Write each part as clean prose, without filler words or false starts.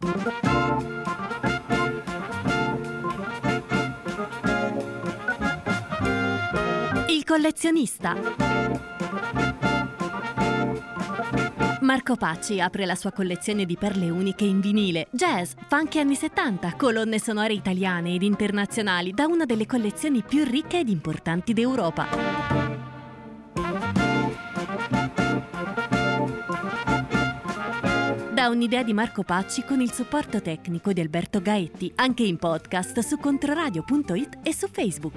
Il collezionista. Marco Pacci apre la sua collezione di perle uniche in vinile, jazz, funk anni 70, colonne sonore italiane ed internazionali da una delle collezioni più ricche ed importanti d'Europa. Da un'idea di Marco Pacci con il supporto tecnico di Alberto Gaetti, anche in podcast su controradio.it e su Facebook.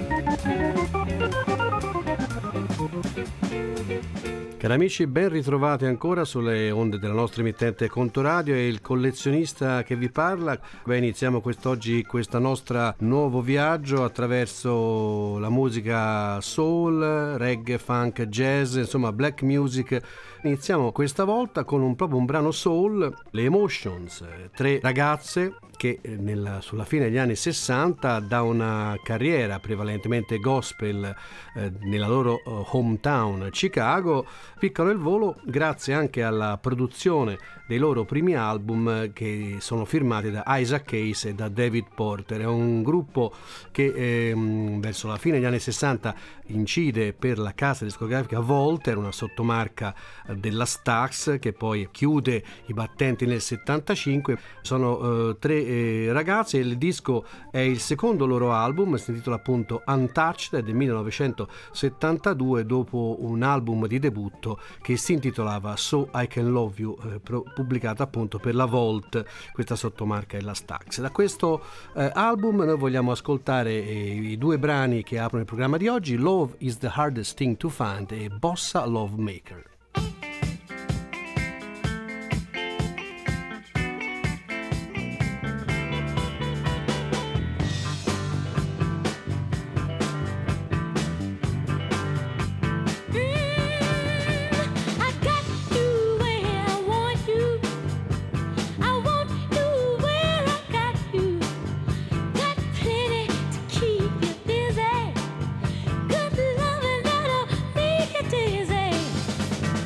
Cari amici, ben ritrovati ancora sulle onde della nostra emittente Contoradio. È il collezionista che vi parla. Iniziamo quest'oggi questo nostro nuovo viaggio attraverso la musica soul, reggae, funk, jazz, insomma black music. Iniziamo questa volta con proprio un brano soul, le Emotions, 3 ragazze che sulla fine degli anni 60, da una carriera prevalentemente gospel nella loro hometown Chicago, piccano il volo grazie anche alla produzione dei loro primi album, che sono firmati da Isaac Hayes e da David Porter. È un gruppo che verso la fine degli anni 60 incide per la casa discografica Voltaire, una sottomarca della Stax, che poi chiude i battenti nel 75. Sono 3 ragazzi. Il disco è il secondo loro album, si intitola appunto Untouched, del 1972, dopo un album di debutto che si intitolava So I Can Love You, pubblicato appunto per la Volt, questa sottomarca è la Stax. Da questo album noi vogliamo ascoltare i 2 brani che aprono il programma di oggi, Love is the Hardest Thing to Find e Bossa Love Maker. Good loving that'll make you dizzy.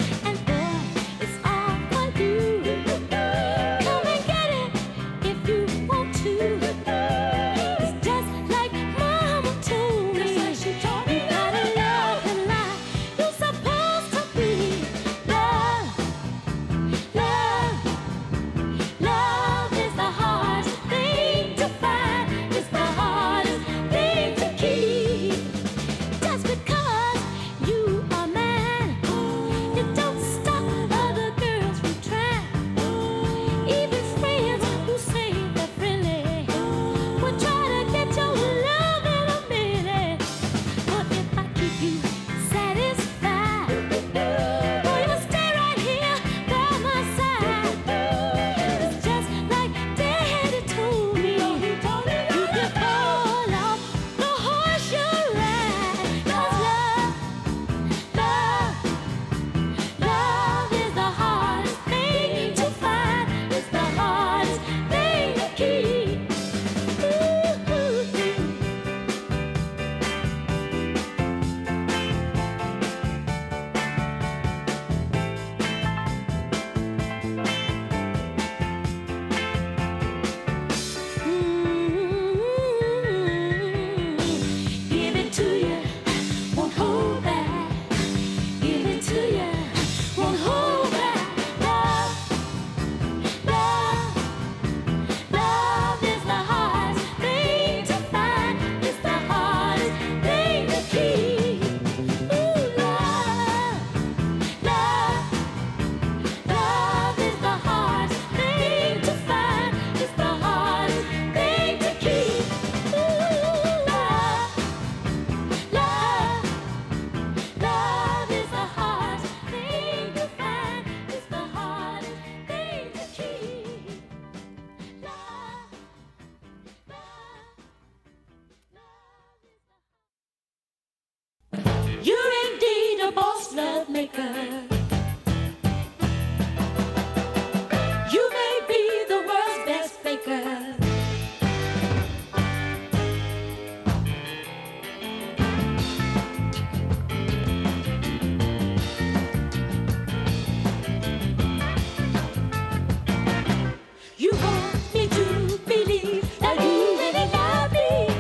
You want me to believe that you really love me.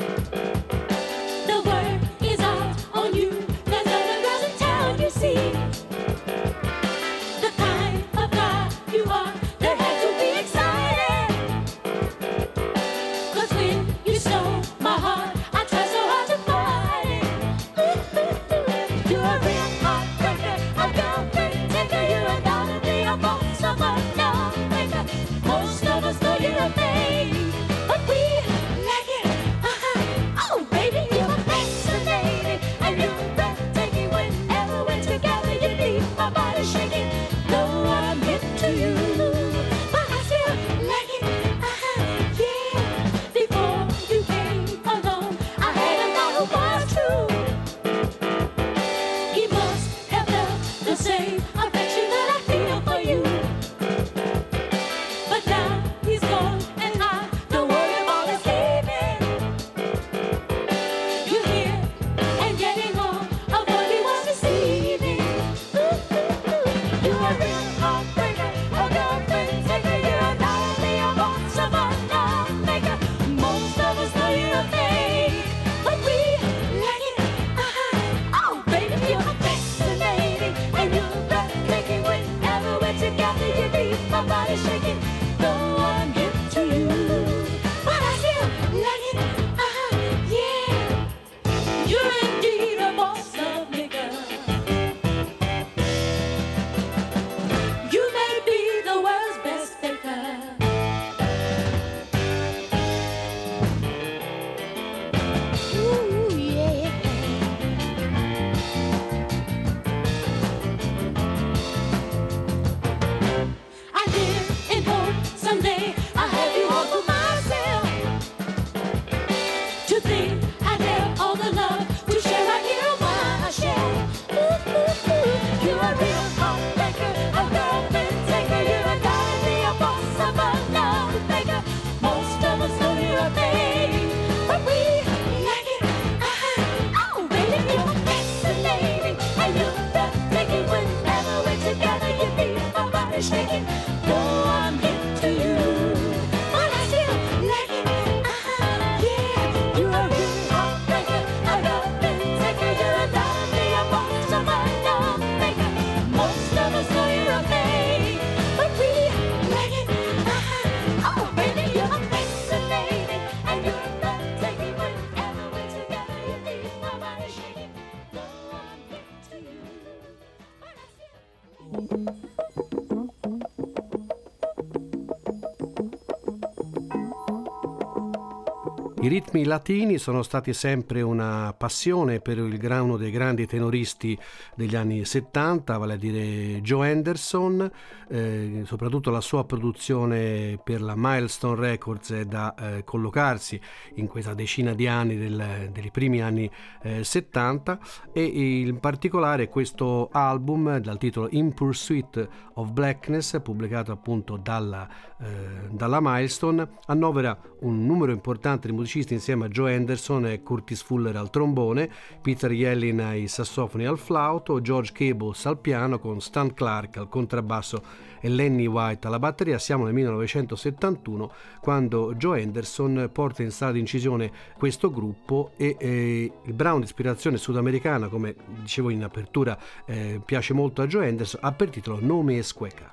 The word is out on you. There's other girls in town, you see. The kind of guy you are, there had to be excited. 'Cause when you stole my heart, I tried so hard to fight it. You're a real heartbreaker, a girlfriend taker. You're undoubtedly a boss of a lawmaker. Most of us know you're a fake, but we like it. Oh, baby, you're fascinating, and you're breathtaking. Whenever we're together, you leave my body shaking. Though I'm hip to you, but I still like it. Yeah. Before you came along, I had a guy who was true. He must have felt the same affection that I feel for you. But now he's gone, and I don't worry about his leaving. You're here and getting all of what he was receiving. You're a real heartbreaker, a girlfriend taker. You're undoubtedly a boss of a lawmaker. Most of us know you're a fake, but we like it. Oh, baby, you're fascinating, and you're breathtaking. Whenever we're together, you leave my body shaking. Though I'm hip to you, but I still like it. Yeah. You're indeed a boss of maker. You may be the world's best faker. Ooh, yeah. I live in hope someday I'll have you all for myself. To think I'd have all the love to share right here on my shelf. You're a real heartbreaker, a girlfriend taker. You're undoubtedly a boss of a lawmaker. Most of us know you're a fake, but we like it. Oh, baby, you're fascinating, and you're breathtaking. Whenever we're together, you leave my body shaking. Though I'm hip to you, but I still like it. Yeah, you're a real heartbreaker, a girlfriend taker. You're undoubtedly a boss of a lawmaker. Most of us know you're a fake, but we like it. Oh, baby, you're fascinating, and you're breathtaking. Whenever we're together, you leave my body shaking. Though I'm hip to you, but I still. I ritmi latini sono stati sempre una passione per uno dei grandi tenoristi degli anni 70, vale a dire Joe Henderson. Soprattutto la sua produzione per la Milestone Records è da collocarsi in questa decina di anni dei primi anni 70, e in particolare questo album dal titolo In Pursuit of Blackness, pubblicato appunto dalla Milestone, annovera un numero importante di musicisti insieme a Joe Henderson e Curtis Fuller al trombone, Peter Yellin ai sassofoni e al flauto, George Cables al piano con Stan Clark al contrabbasso e Lenny White alla batteria. Siamo nel 1971 quando Joe Henderson porta in sala d'incisione questo gruppo, e il brano di ispirazione sudamericana, come dicevo in apertura, piace molto a Joe Henderson, ha per titolo No Me Escueca.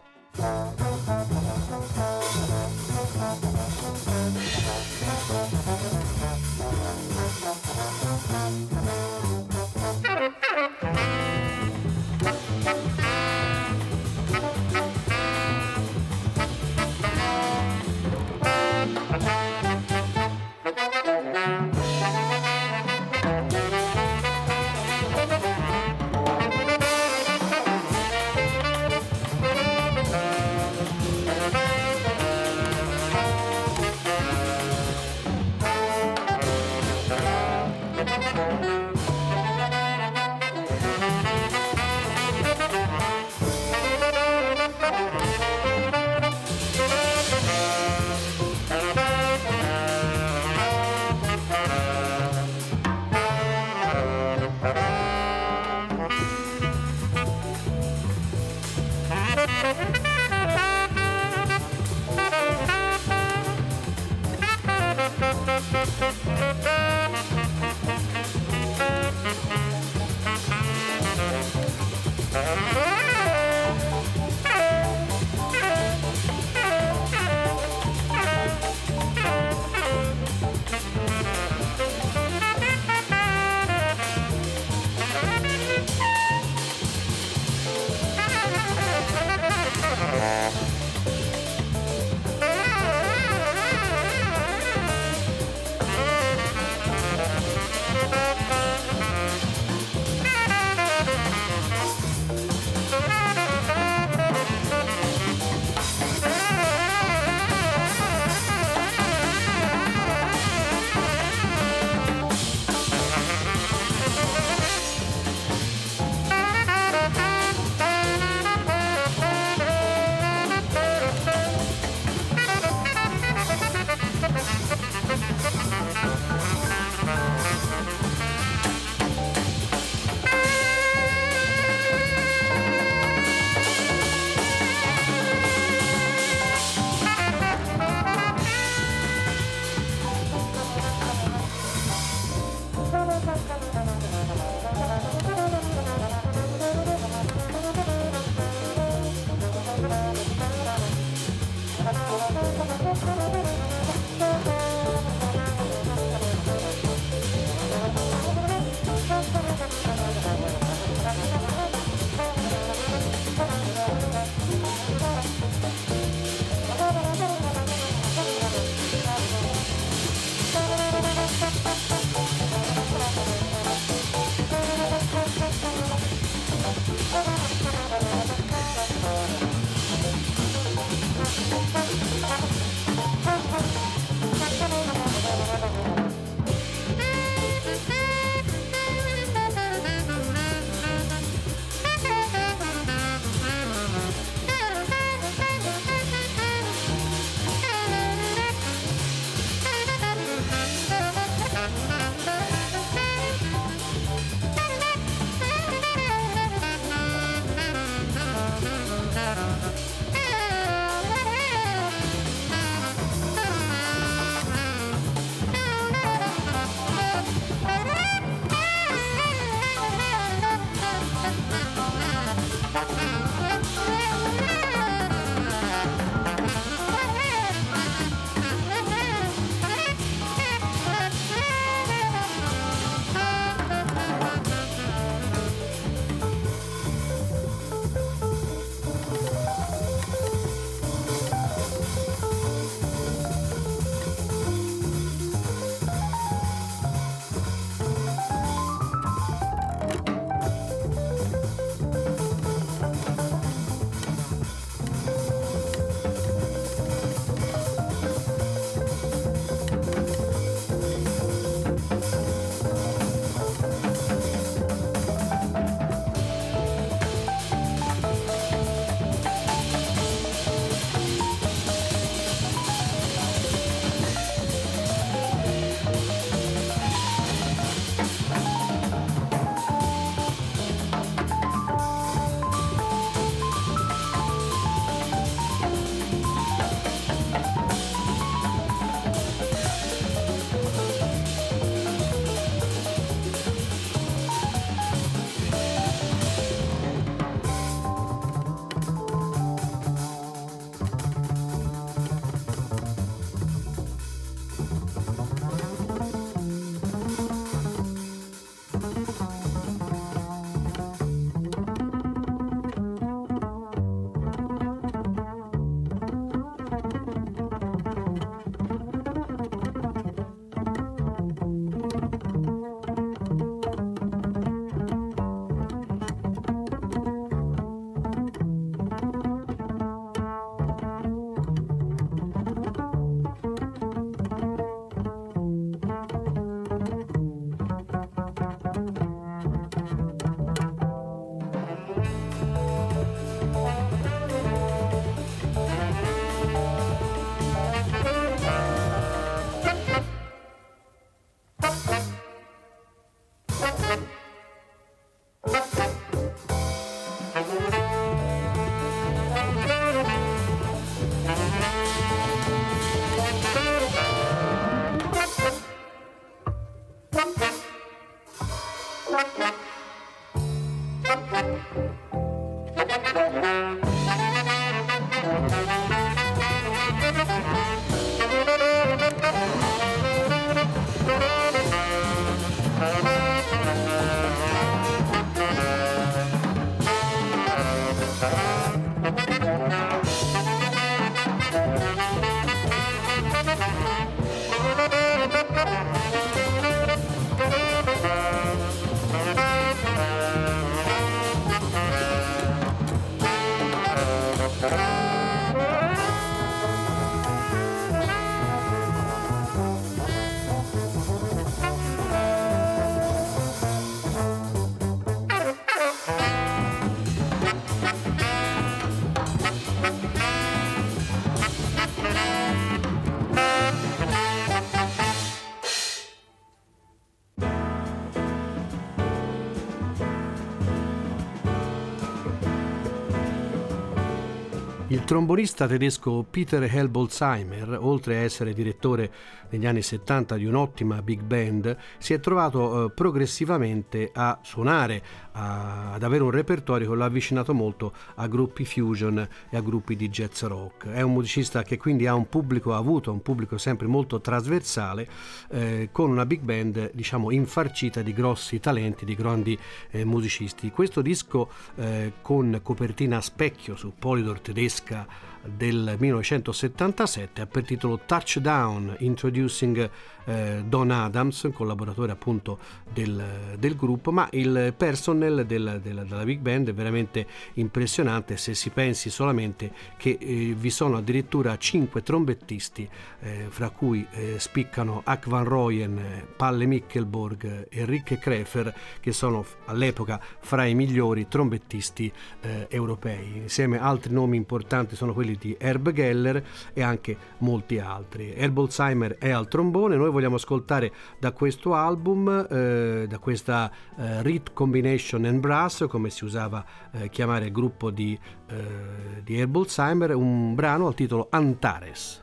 trombonista tedesco Peter Helbolzheimer, oltre a essere direttore negli anni 70 di un'ottima big band, si è trovato progressivamente a suonare, ad avere un repertorio che l'ha avvicinato molto a gruppi fusion e a gruppi di jazz rock. È un musicista che quindi ha avuto un pubblico sempre molto trasversale, con una big band diciamo infarcita di grossi talenti, di grandi musicisti. Questo disco con copertina a specchio su Polydor tedesca del 1977 ha per titolo Touchdown, introducing Don Adams, collaboratore appunto del gruppo, ma il personnel della big band è veramente impressionante, se si pensi solamente che vi sono addirittura 5 trombettisti, fra cui spiccano Ak van Rooyen, Palle Mikkelborg e Rikke Krefer, che sono all'epoca fra i migliori trombettisti europei. Insieme altri nomi importanti sono quelli di Herb Geller e anche molti altri. Helbolzheimer è al trombone. Noi vogliamo ascoltare da questo album, da questa Rhythm Combination and Brass, come si usava chiamare il gruppo di Helbolzheimer, un brano al titolo Antares.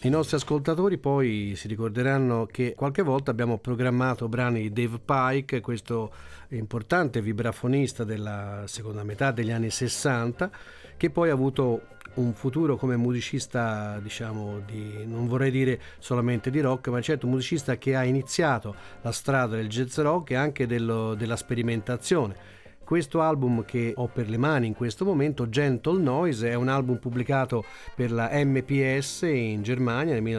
I nostri ascoltatori poi si ricorderanno che qualche volta abbiamo programmato brani di Dave Pike, questo importante vibrafonista della seconda metà degli anni 60, che poi ha avuto un futuro come musicista, diciamo, non vorrei dire solamente di rock, ma certo un musicista che ha iniziato la strada del jazz rock e anche della sperimentazione. Questo album che ho per le mani in questo momento, Gentle Noise, è un album pubblicato per la MPS in Germania nel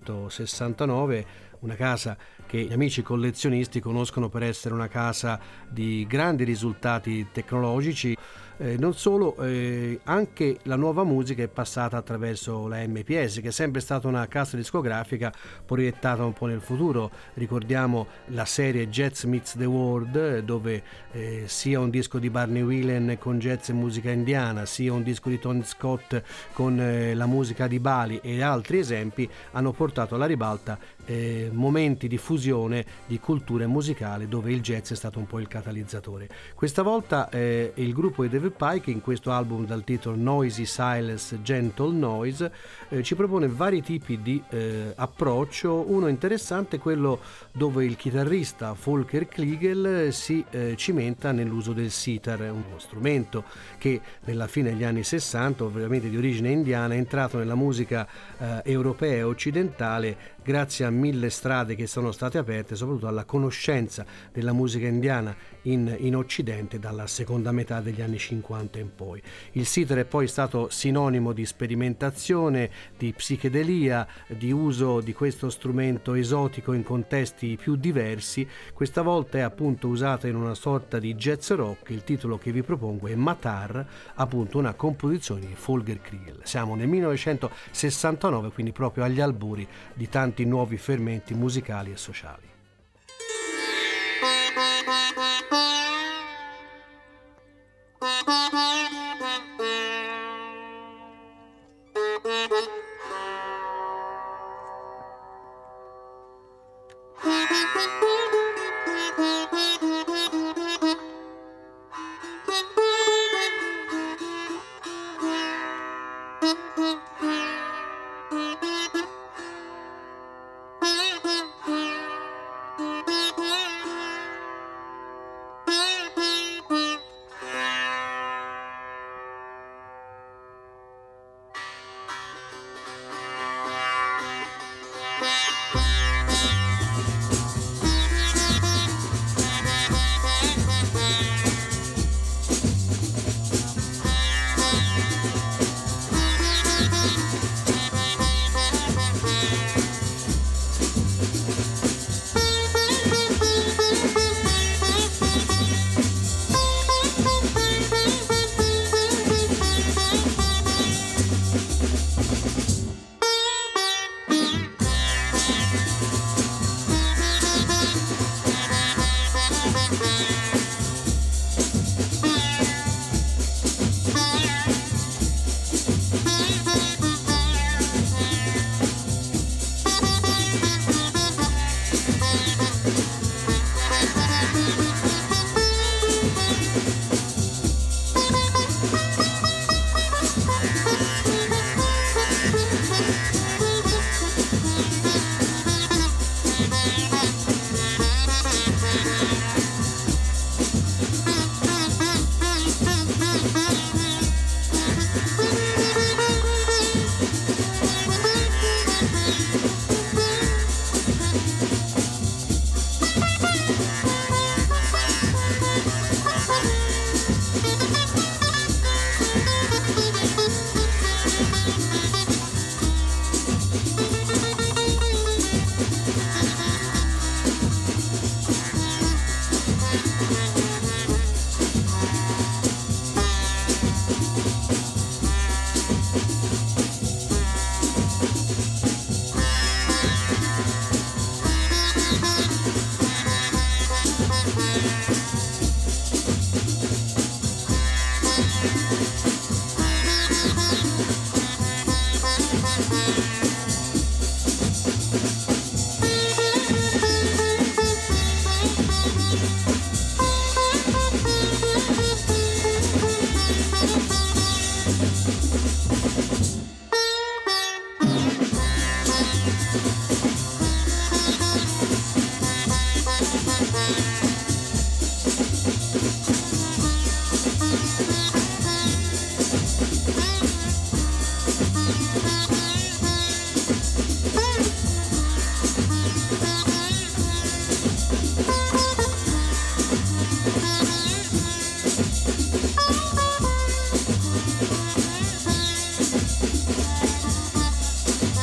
1969, una casa che gli amici collezionisti conoscono per essere una casa di grandi risultati tecnologici. Non solo, anche la nuova musica è passata attraverso la MPS, che è sempre stata una casa discografica proiettata un po' nel futuro. Ricordiamo la serie Jazz Meets the World, dove sia un disco di Barney Whelan con jazz e musica indiana, sia un disco di Tony Scott con la musica di Bali e altri esempi hanno portato alla ribalta momenti di fusione di culture musicali dove il jazz è stato un po' il catalizzatore. Questa volta il gruppo di David Pike, in questo album dal titolo Noisy Silence Gentle Noise, ci propone vari tipi di approccio. Uno interessante è quello dove il chitarrista Volker Kliegel si cimenta nell'uso del sitar, uno strumento che nella fine degli anni 60, ovviamente di origine indiana, è entrato nella musica europea e occidentale grazie a mille strade che sono state aperte, soprattutto alla conoscenza della musica indiana in Occidente dalla seconda metà degli anni 50 in poi. Il sitar è poi stato sinonimo di sperimentazione, di psichedelia, di uso di questo strumento esotico in contesti più diversi. Questa volta è appunto usata in una sorta di jazz rock. Il titolo che vi propongo è Matar, appunto una composizione di Volker Kliegel. Siamo nel 1969, quindi proprio agli albori di tanti nuovi fermenti musicali e sociali.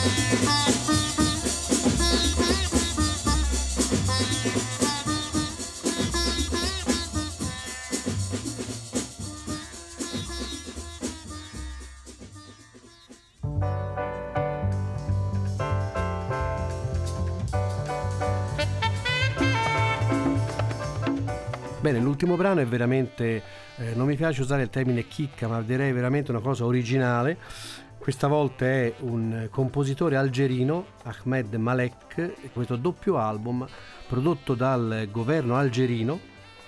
Bene, l'ultimo brano è veramente, non mi piace usare il termine chicca, ma direi veramente una cosa originale. Questa volta è un compositore algerino, Ahmed Malek, questo doppio album prodotto dal governo algerino,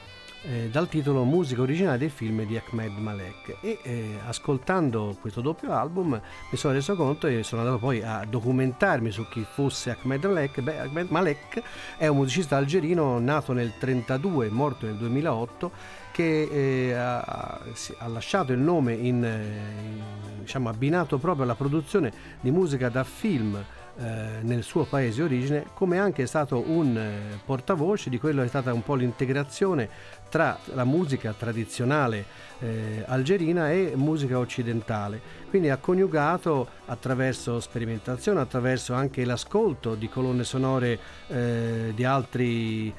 dal titolo Musica originale dei film di Ahmed Malek, e ascoltando questo doppio album mi sono reso conto e sono andato poi a documentarmi su chi fosse Ahmed Malek. Ahmed Malek è un musicista algerino nato nel 1932, morto nel 2008, che ha lasciato il nome diciamo abbinato proprio alla produzione di musica da film nel suo paese origine, come anche è stato un portavoce di quello che è stata un po' l'integrazione tra la musica tradizionale algerina e musica occidentale. Quindi ha coniugato attraverso sperimentazione, attraverso anche l'ascolto di colonne sonore di altri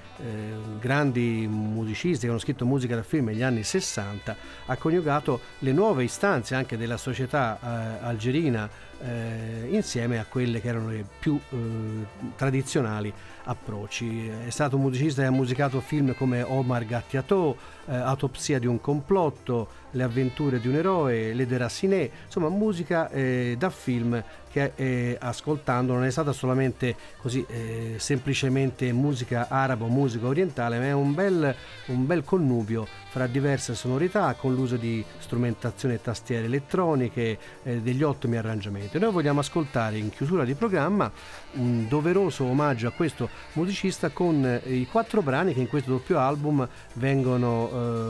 grandi musicisti che hanno scritto musica da film negli anni 60, ha coniugato le nuove istanze anche della società algerina insieme a quelle che erano le più tradizionali approcci. È stato un musicista che ha musicato film come Omar Gattiato, Autopsia di un complotto, Le avventure di un eroe, Le Déraciné, insomma musica da film che ascoltando non è stata solamente così semplicemente musica araba o musica orientale, ma è un bel connubio fra diverse sonorità con l'uso di strumentazioni e tastiere elettroniche, degli ottimi arrangiamenti. Noi vogliamo ascoltare in chiusura di programma un doveroso omaggio a questo musicista con i 4 brani che in questo doppio album vengono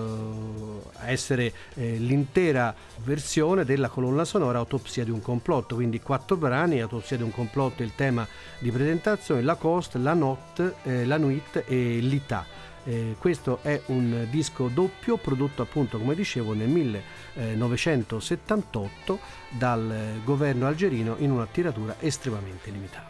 a essere l'intera versione della colonna sonora Autopsia di un complotto, quindi 4 brani. Autopsia di un complotto è il tema di presentazione, La Coste, La Notte, La Nuit e L'Ita. Questo è un disco doppio prodotto appunto, come dicevo, nel 1978 dal governo algerino in una tiratura estremamente limitata.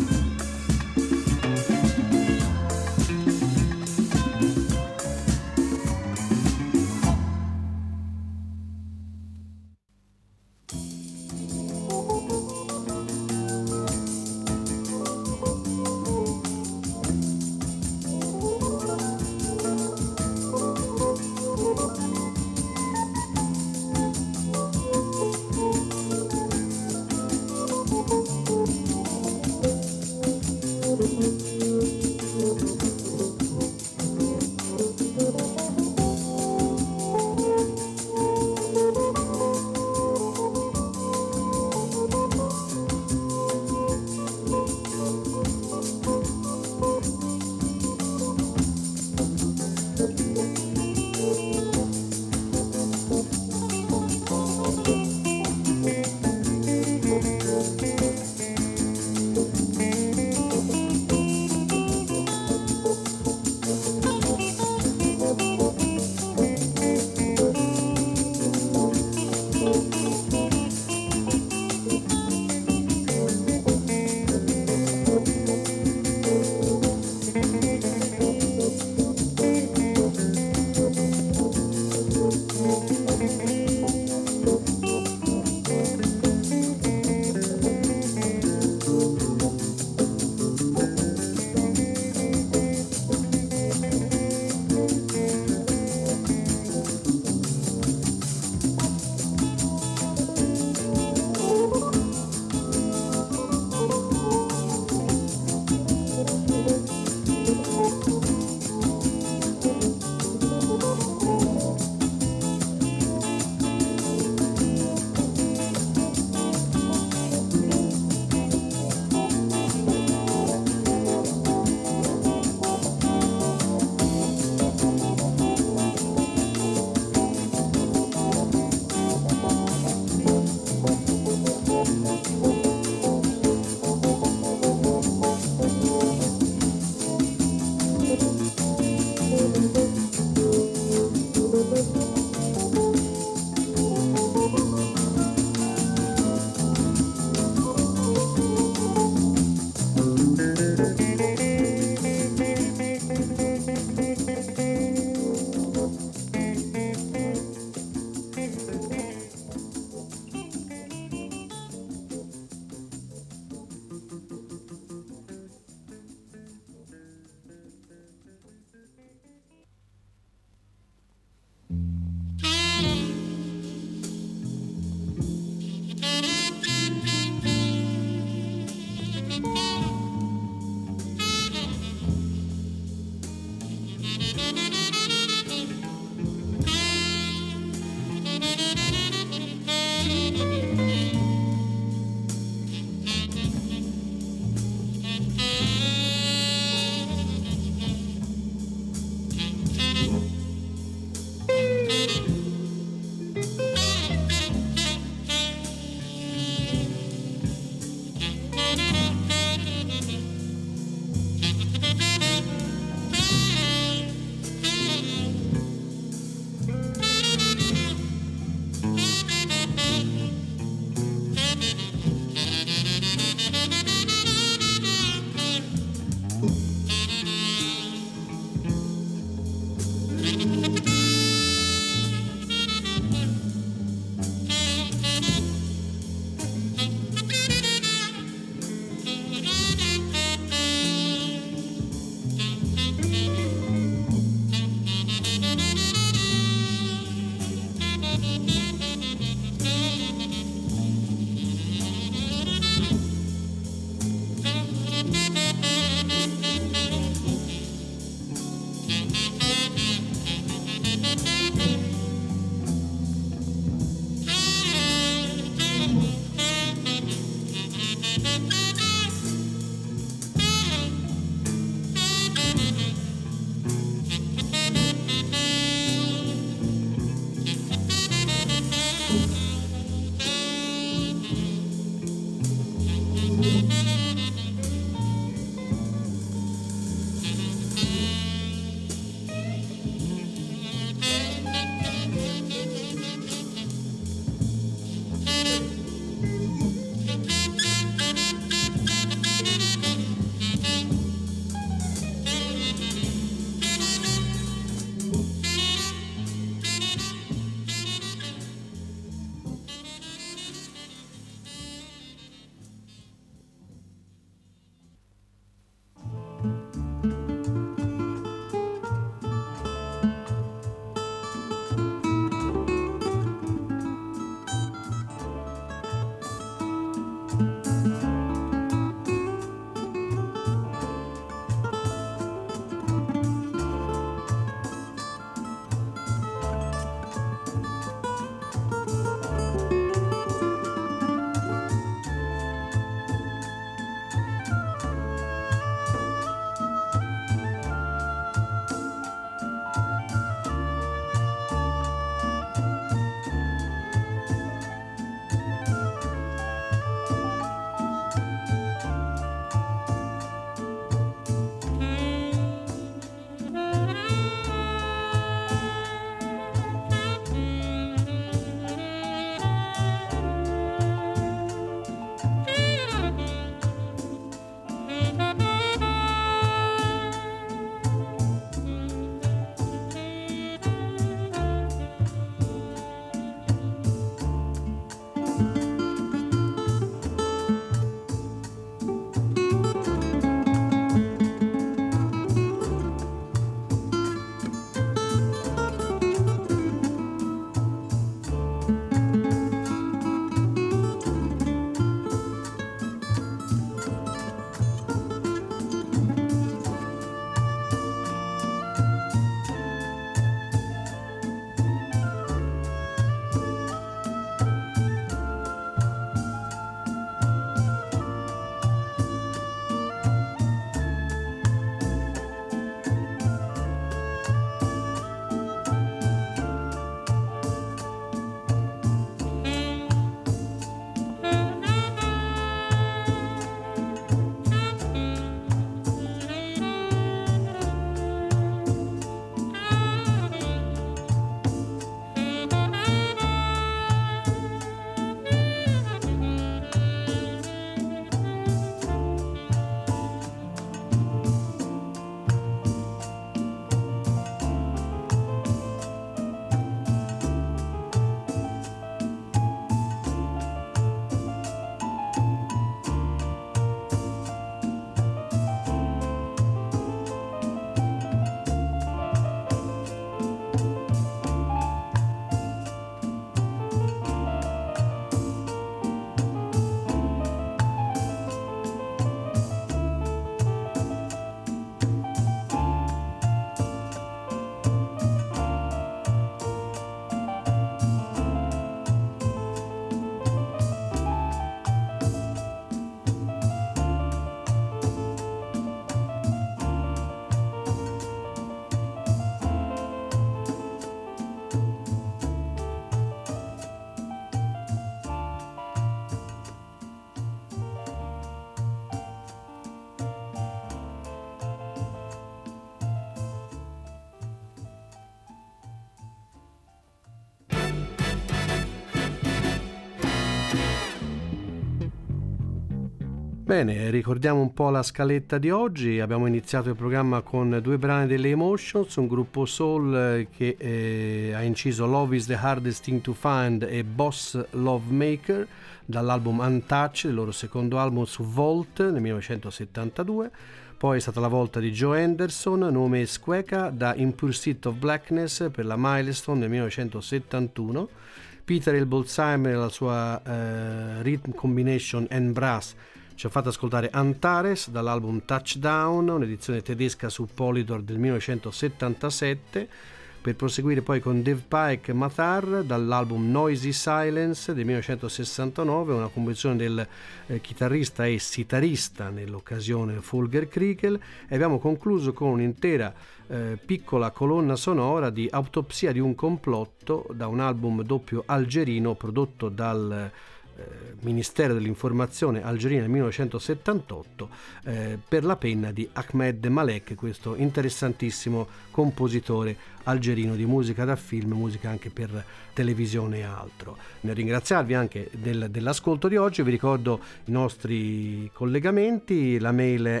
Bene, ricordiamo un po' la scaletta di oggi. Abbiamo iniziato il programma con 2 brani delle Emotions, un gruppo soul che ha inciso Love is the Hardest Thing to Find e Boss Love Maker dall'album Untouched, il loro secondo album su Volt nel 1972. Poi è stata la volta di Joe Henderson, nome Squeca, da In Pursuit of Blackness per la Milestone nel 1971. Peter Elbolzheimer e la sua Rhythm Combination and Brass ci ha fatto ascoltare Antares dall'album Touchdown, un'edizione tedesca su Polydor del 1977, per proseguire poi con Dave Pike Mathar dall'album Noisy Silence del 1969, una composizione del chitarrista e sitarista nell'occasione Folger Kriegel, e abbiamo concluso con un'intera piccola colonna sonora di Autopsia di un complotto da un album doppio algerino prodotto dal Ministero dell'Informazione algerino nel 1978 per la penna di Ahmed Malek, questo interessantissimo compositore algerino di musica da film, musica anche per televisione e altro. Nel ringraziarvi anche dell'ascolto di oggi, vi ricordo i nostri collegamenti, la mail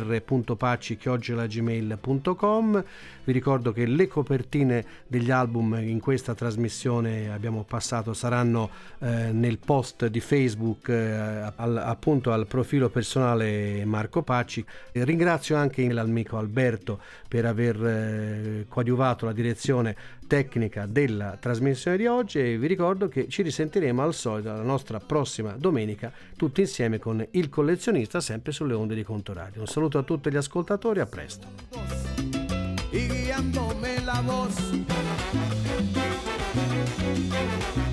mr.paci@gmail.com. Vi ricordo che le copertine degli album in questa trasmissione abbiamo passato saranno nel post di Facebook appunto al profilo personale Marco Paci. Ringrazio anche l'amico Alberto per aver coadiuvato la direzione tecnica della trasmissione di oggi, e vi ricordo che ci risentiremo al solito la nostra prossima domenica tutti insieme con Il Collezionista, sempre sulle onde di Contoradio. Un saluto a tutti gli ascoltatori, a presto. Y guiándome la voz